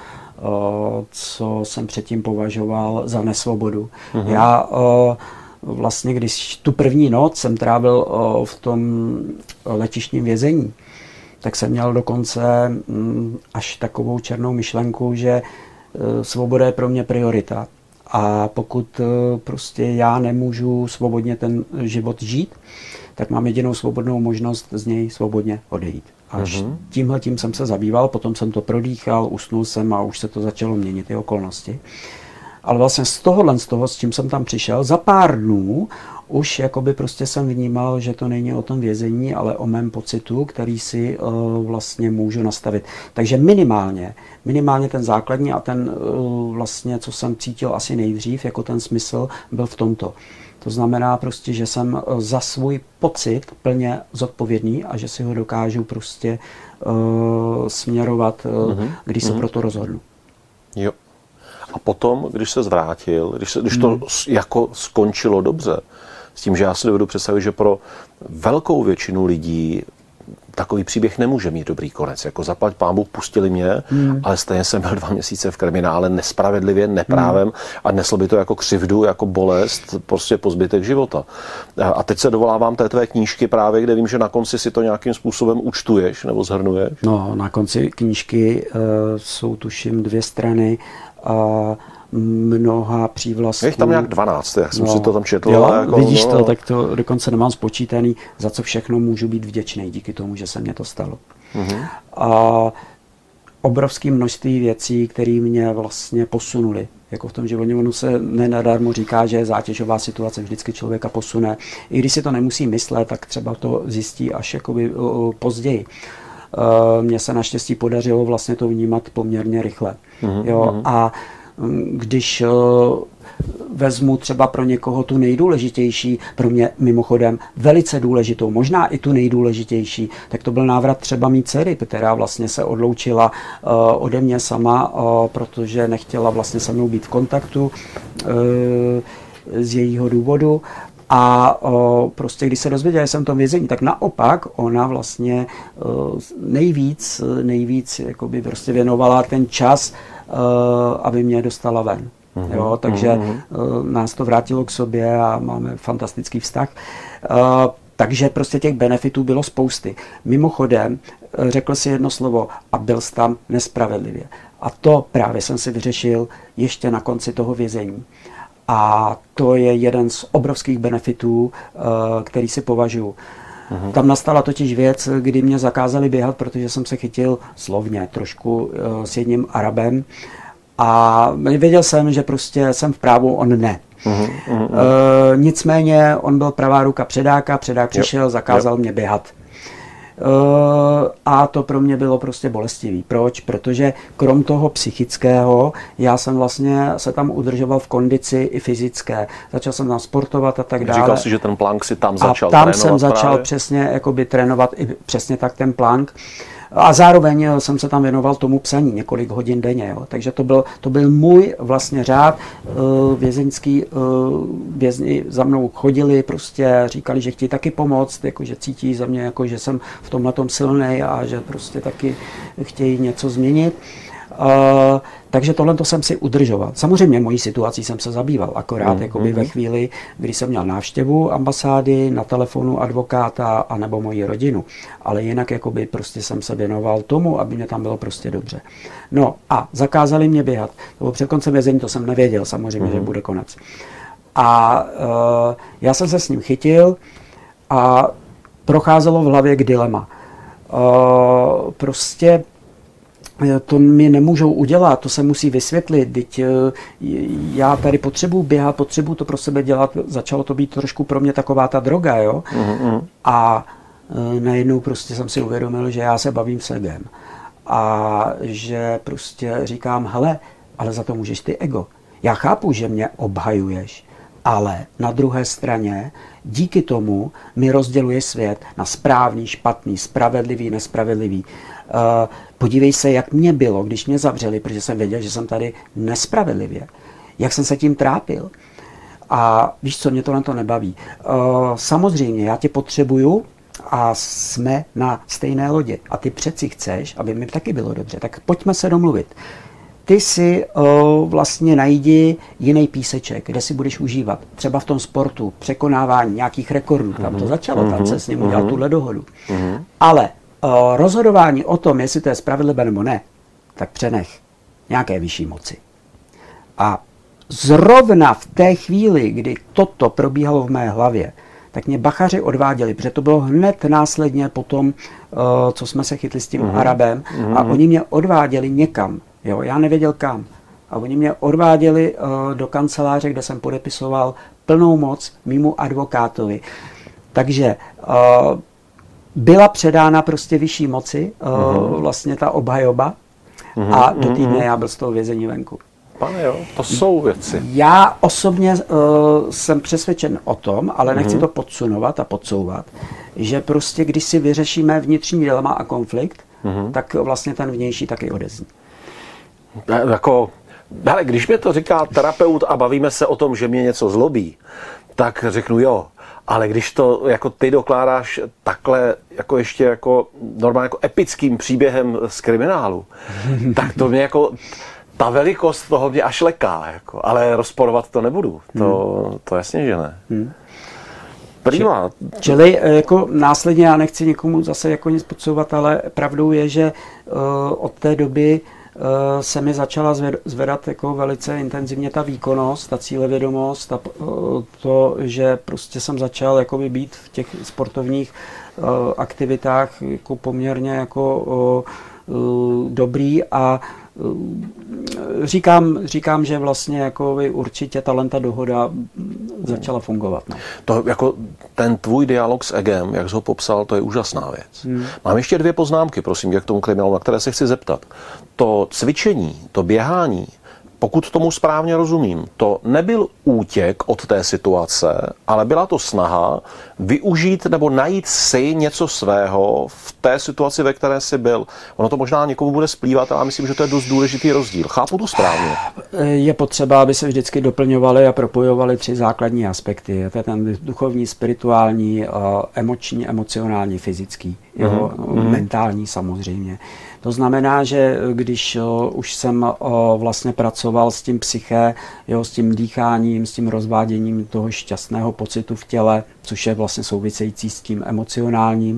co jsem předtím považoval za nesvobodu. Mm-hmm. Já vlastně, když tu první noc jsem trávil v tom letištním vězení, tak jsem měl dokonce až takovou černou myšlenku, že svoboda je pro mě priorita. A pokud prostě já nemůžu svobodně ten život žít, tak mám jedinou svobodnou možnost z něj svobodně odejít. Až mm-hmm. tímhletím jsem se zabýval, potom jsem to prodýchal, usnul jsem a už se to začalo měnit, ty okolnosti. Ale vlastně z tohohle, z toho, s čím jsem tam přišel, za pár dnů už jakoby prostě jsem vnímal, že to není o tom vězení, ale o mém pocitu, který si uh, vlastně můžu nastavit. Takže minimálně, minimálně ten základní a ten uh, vlastně, co jsem cítil asi nejdřív, jako ten smysl, byl v tomto. To znamená prostě, že jsem za svůj pocit plně zodpovědný a že si ho dokážu prostě uh, směrovat, uh, mm-hmm. když se mm-hmm. pro to rozhodnu. Jo. A potom, když se zvrátil, když, se, když to hmm. jako skončilo dobře, s tím, že já si dovedu představit, že pro velkou většinu lidí takový příběh nemůže mít dobrý konec. Jako zaplať pán Bůh, pustili mě, hmm. ale stejně jsem byl dva měsíce v kriminále nespravedlivě, neprávem hmm. a neslo by to jako křivdu, jako bolest, prostě po zbytek života. A teď se dovolávám té tvé knížky právě, kde vím, že na konci si to nějakým způsobem účtuješ nebo zhrnuješ. No, na konci knížky uh, jsou tuším dvě strany a mnoha přívlastků. Je jich tam nějak dvanáct, jak jsem no, si to tam četl. Jo, jako, vidíš no, to, tak to dokonce nemám spočítaný, za co všechno můžu být vděčný díky tomu, že se mně to stalo. Mm-hmm. A obrovské množství věcí, které mě vlastně posunuly. Jako v tom životě, ono se nenadarmo říká, že zátěžová situace vždycky člověka posune. I když si to nemusí myslet, tak třeba to zjistí až jakoby později. Mně se naštěstí podařilo vlastně to vnímat poměrně rychle. Mm-hmm. Jo, a když vezmu třeba pro někoho tu nejdůležitější, pro mě mimochodem velice důležitou, možná i tu nejdůležitější, tak to byl návrat třeba mý dcery, která vlastně se odloučila uh, ode mě sama, uh, protože nechtěla vlastně se mnou být v kontaktu uh, z jejího důvodu. A o, prostě když se dozvěděla, že jsem v tom vězení, tak naopak ona vlastně o, nejvíc, nejvíc jakoby prostě věnovala ten čas, o, aby mě dostala ven. Mm-hmm. Jo, takže mm-hmm. o, nás to vrátilo k sobě a máme fantastický vztah. O, takže prostě těch benefitů bylo spousty. Mimochodem řekl si jedno slovo a byl jsi tam nespravedlivě. A to právě jsem si vyřešil ještě na konci toho vězení. A to je jeden z obrovských benefitů, který si považuji. Uhum. Tam nastala totiž věc, kdy mě zakázali běhat, protože jsem se chytil slovně trošku s jedním Arabem a věděl jsem, že prostě jsem v právu, on ne. Uhum. Uhum. E, nicméně on byl pravá ruka předáka, předák přišel, yep. zakázal yep. mě běhat. Uh, a to pro mě bylo prostě bolestivý. Proč? Protože krom toho psychického, já jsem vlastně se tam udržoval v kondici i fyzické. Začal jsem tam sportovat a tak dále. Říkal jsi, že ten plank si tam začal a tam trénovat jsem začal právě? přesně jakoby trénovat i přesně tak ten plank. A zároveň jsem se tam věnoval tomu psaní několik hodin denně. Jo. Takže to byl, to byl můj vlastně řád. Vězeňský vězni za mnou chodili, prostě říkali, že chtějí taky pomoct, jako, že cítí za mě, jako, že jsem v tomhletom silnej a že prostě taky chtějí něco změnit. Uh, takže tohle to jsem si udržoval. Samozřejmě mojí situací jsem se zabýval, akorát mm, jakoby mm. ve chvíli, kdy jsem měl návštěvu ambasády, na telefonu advokáta anebo moji rodinu. Ale jinak jakoby prostě jsem se věnoval tomu, aby mě tam bylo prostě dobře. No a zakázali mě běhat. To bylo před koncem vězení, to jsem nevěděl samozřejmě, mm. že bude konec. A uh, já jsem se s ním chytil a procházelo v hlavě k dilema. Uh, prostě to mi nemůžou udělat, to se musí vysvětlit, teď já tady potřebuji běhat, potřebuji to pro sebe dělat, začalo to být trošku pro mě taková ta droga, jo, mm-hmm. a najednou prostě jsem si uvědomil, že já se bavím s egem a že prostě říkám, hele, ale za to můžeš ty ego. Já chápu, že mě obhajuješ, ale na druhé straně díky tomu mi rozděluje svět na správný, špatný, spravedlivý, nespravedlivý. Uh, podívej se, jak mě bylo, když mě zavřeli, protože jsem věděl, že jsem tady nespravedlivě. Jak jsem se tím trápil. A víš co, mě to na to nebaví. Uh, samozřejmě, já tě potřebuju a jsme na stejné lodě. A ty přeci chceš, aby mi taky bylo dobře. Tak pojďme se domluvit. Ty si uh, vlastně najdi jiný píseček, kde si budeš užívat. Třeba v tom sportu, překonávání nějakých rekordů. Tam to začalo, tam se s ním udělal tuhle dohodu. Ale uh, rozhodování o tom, jestli to je spravedlivé nebo ne, tak přenech nějaké vyšší moci. A zrovna v té chvíli, kdy toto probíhalo v mé hlavě, tak mě bachaři odváděli, protože to bylo hned následně po tom, uh, co jsme se chytli s tím mm-hmm. Arabem, mm-hmm. a oni mě odváděli někam. Jo, já nevěděl kam. A oni mě odváděli uh, do kanceláře, kde jsem podepisoval plnou moc mému advokátovi. Takže uh, byla předána prostě vyšší moci, uh, mm-hmm. vlastně ta obhajoba, mm-hmm. a do týdne já byl z toho vězení venku. Pane jo, to jsou věci. Já osobně uh, jsem přesvědčen o tom, ale nechci mm-hmm. to podsunovat a podsouvat, že prostě když si vyřešíme vnitřní dilema a konflikt, mm-hmm. tak vlastně ten vnější taky odezní. Jako, ale když mě to říká terapeut a bavíme se o tom, že mě něco zlobí, tak řeknu jo. Ale když to jako ty dokládáš takhle jako ještě jako normálně jako epickým příběhem z kriminálu, tak to mě jako ta velikost toho mě až leká, jako, ale rozporovat to nebudu. To, hmm. to jasně, že ne. Hmm. Prima. Čili jako následně, já nechci někomu zase jako nic podsouvat, ale pravdou je, že uh, od té doby uh, se mi začala zvedat jako velice intenzivně ta výkonnost, ta cílevědomost, ta, uh, to, že prostě jsem začal jakoby být v těch sportovních uh, aktivitách jako poměrně jako uh, uh, dobrý a Říkám, říkám, že vlastně jako určitě talenta dohoda začala fungovat. No. To jako ten tvůj dialog s egem, jak jsi ho popsal, to je úžasná věc. Hmm. Mám ještě dvě poznámky, prosím, jak k tomu kriminálu, na které se chci zeptat. To cvičení, to běhání, pokud tomu správně rozumím, to nebyl útěk od té situace, ale byla to snaha využít nebo najít si něco svého v té situaci, ve které jsi byl. Ono to možná někomu bude splývat, ale myslím, že to je dost důležitý rozdíl. Chápu to správně? Je potřeba, aby se vždycky doplňovaly a propojovaly tři základní aspekty. To je ten duchovní, spirituální, emoční, emocionální, fyzický, jo, mm-hmm. mentální samozřejmě. To znamená, že když už jsem vlastně pracoval s tím psyché, jo, s tím dýcháním, s tím rozváděním toho šťastného pocitu v těle, což je vlastně související s tím emocionálním,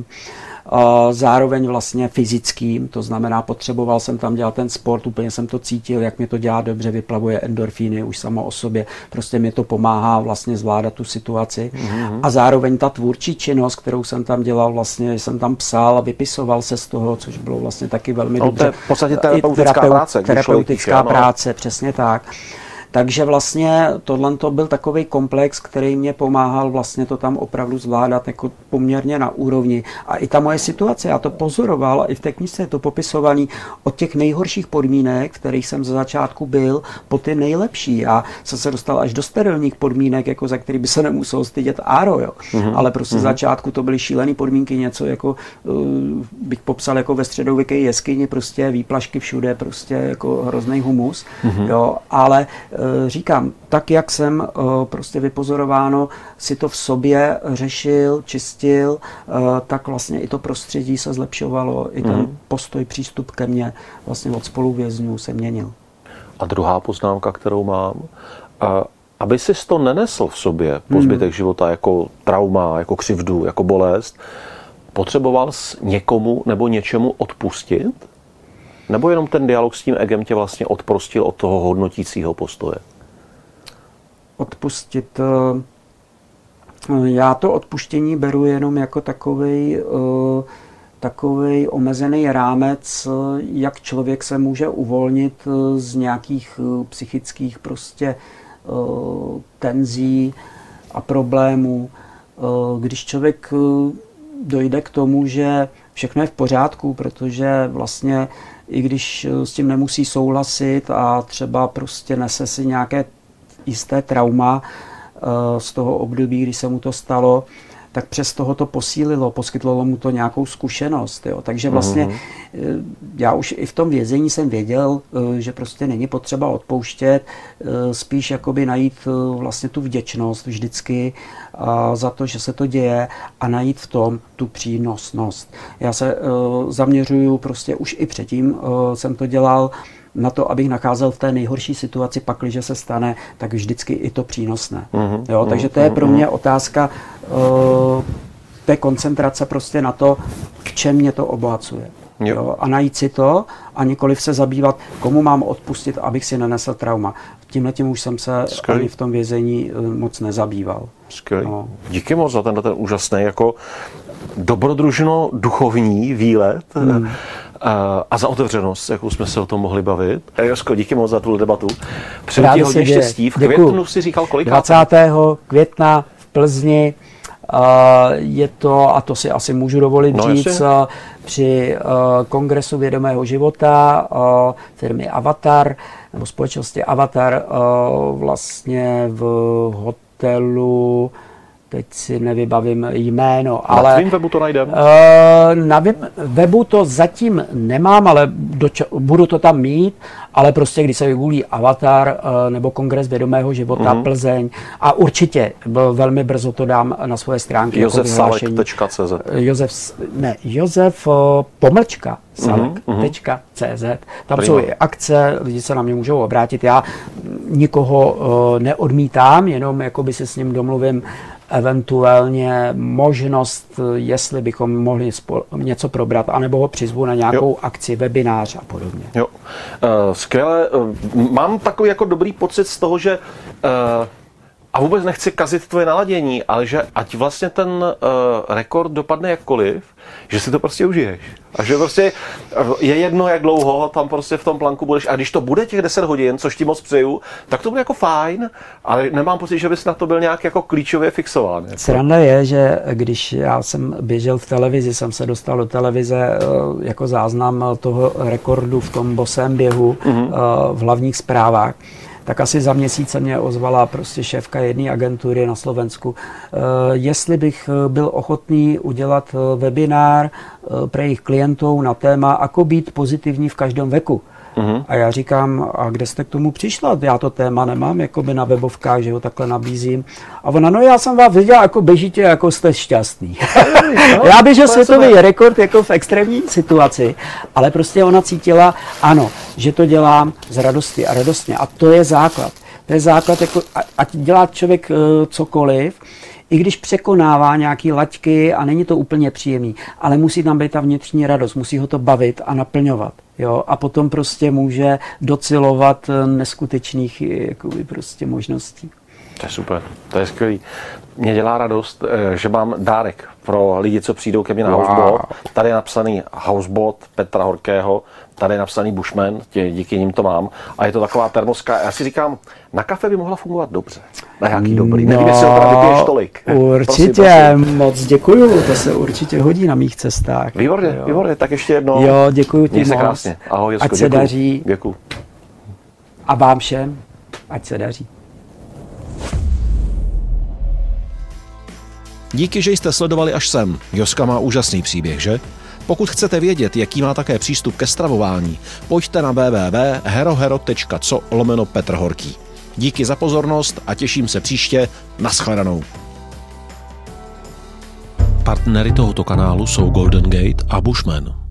zároveň vlastně fyzickým, to znamená, potřeboval jsem tam dělat ten sport, úplně jsem to cítil, jak mě to dělá dobře, vyplavuje endorfíny už samo o sobě, prostě mě to pomáhá vlastně zvládat tu situaci. Mm-hmm. A zároveň ta tvůrčí činnost, kterou jsem tam dělal, vlastně jsem tam psal a vypisoval se z toho, což bylo vlastně taky velmi no, dobře. To je v podstatě terapeutická terapeut, práce. Terapeutická píše, práce, přesně tak. Takže vlastně tohle to byl takový komplex, který mě pomáhal vlastně to tam opravdu zvládat jako poměrně na úrovni. A i ta moje situace, já to pozoroval, a i v té knižce je to popisovaný od těch nejhorších podmínek, v kterých jsem ze začátku byl, po ty nejlepší. Já jsem se dostal až do sterilních podmínek, jako za který by se nemusel stydět áro, jo. Mm-hmm. Ale prostě mm-hmm. z začátku to byly šílené podmínky, něco jako, uh, bych popsal jako ve středověké jeskyni, prostě výplašky všude, prostě jako hrozný humus, mm-hmm. jo. Ale říkám, tak, jak jsem prostě vypozorováno, si to v sobě řešil, čistil, tak vlastně i to prostředí se zlepšovalo, i ten mm. postoj, přístup ke mně vlastně od spoluvězňů se měnil. A druhá poznámka, kterou mám, aby jsi to nenesl v sobě po zbytek mm. života jako trauma, jako křivdu, jako bolest, potřeboval jsi někomu nebo něčemu odpustit? Nebo jenom ten dialog s tím egem tě vlastně odprostil od toho hodnotícího postoje? Odpustit. Já to odpuštění beru jenom jako takovej, takovej omezený rámec, jak člověk se může uvolnit z nějakých psychických prostě tenzí a problémů. Když člověk dojde k tomu, že všechno je v pořádku, protože vlastně i když s tím nemusí souhlasit a třeba prostě nese si nějaké jisté trauma z toho období, kdy se mu to stalo, tak přes toho to posílilo, poskytlo mu to nějakou zkušenost. Jo. Takže vlastně mm-hmm. já už i v tom vězení jsem věděl, že prostě není potřeba odpouštět, spíš jakoby najít vlastně tu vděčnost vždycky za to, že se to děje a najít v tom tu přínosnost. Já se zaměřuju prostě už i předtím jsem to dělal na to, abych nacházel v té nejhorší situaci, pakliže se stane, tak vždycky i to přínosné. Mm-hmm. Jo, takže to je pro mě otázka uh, té koncentrace prostě na to, v čem mě to obohacuje. Jo, a najít si to a nikoliv se zabývat, komu mám odpustit, abych si nenesl trauma. Tímhletím už jsem se Skvělý. ani v tom vězení moc nezabýval. No. Díky moc za tenhle ten úžasný jako dobrodružno duchovní výlet. Hmm. A za otevřenost, jakou jsme se o tom mohli bavit. Josko, díky moc za tuhle debatu. Přeju ti hodně štěstí. V květnu si říkal kolik? dvacátého května v Plzni. Je to, a to si asi můžu dovolit no, říct, jestli. při kongresu vědomého života firmy Avatar, nebo společnosti Avatar, vlastně v hotelu teď si nevybavím jméno. Na ale tvým webu to najdeme? Uh, na webu to zatím nemám, ale doča- budu to tam mít, ale prostě když se vygooglí Avatar uh, nebo Kongres vědomého života mm-hmm. Plzeň a určitě velmi brzo to dám na svoje stránky. josef salek tečka cé zet Josef, ne, Josef uh, pomlčka salek tečka cé zet. Tam Prima. Jsou i akce, lidi se na mě můžou obrátit. Já nikoho uh, neodmítám, jenom jakoby se s ním domluvím eventuálně možnost, jestli bychom mohli spol- něco probrat, anebo ho přizvu na nějakou jo. akci, webinář a podobně. Jo. Uh, skvěle. Uh, mám takový jako dobrý pocit z toho, že uh, a vůbec nechci kazit tvoje naladění, ale že ať vlastně ten uh, rekord dopadne jakkoliv, že si to prostě užiješ. A že prostě je jedno, jak dlouho tam prostě v tom planku budeš. A když to bude těch deset hodin, což ti moc přeju, tak to bude jako fajn, ale nemám pocit, že bys na to byl nějak jako klíčově fixován. Jako. Sranda je, že když já jsem běžel v televizi, jsem se dostal do televize jako záznam toho rekordu v tom bosém běhu mm-hmm. v hlavních zprávách, tak asi za měsíc se mě ozvala prostě šéfka jedné agentury na Slovensku, jestli bych byl ochotný udělat webinár pro jejich klientů na téma, ako být pozitivní v každém věku. Uhum. A já říkám, a kde jste k tomu přišla? Já to téma nemám, jakoby na webovkách, že ho takhle nabízím. A ona, no já jsem vás viděla, jako běžíte, jako jste šťastný. No, já běžel světový rekord jako v extrémní situaci, ale prostě ona cítila, ano, že to dělám z radosti a radostně. A to je základ. To je základ, jako, ať dělá člověk uh, cokoliv, i když překonává nějaké laťky a není to úplně příjemný, ale musí tam být ta vnitřní radost, musí ho to bavit a naplňovat. Jo? A potom prostě může docilovat neskutečných jakoby, prostě možností. To je super, to je skvělý. Mě dělá radost, že mám dárek pro lidi, co přijdou ke mně na wow. Housebot. Tady je napsaný Housebot Petra Horkého, tady je napsaný Bushman, tě, díky nim to mám. A je to taková termoska. Já si říkám, na kafe by mohla fungovat dobře. Na nějaký dobrý. No, nevím, jestli opravdu piješ tolik. Určitě, prosím, prosím. Moc děkuju, to se určitě hodí na mých cestách. Výborně, výborně, tak ještě jednou. Jo, děkuju ti moc. se krásně. Ahoj, Josko, ať se děkuju. daří. Děkuju. A vám všem, ať se daří. Díky, že jste sledovali až sem. Joska má úžasný příběh, že? Pokud chcete vědět, jaký má také přístup ke stravování, pojďte na w w w tečka herohero tečka co lomeno Petr Horký. Díky za pozornost a těším se příště. Naschledanou. Partnery tohoto kanálu jsou Golden Gate a Bushman.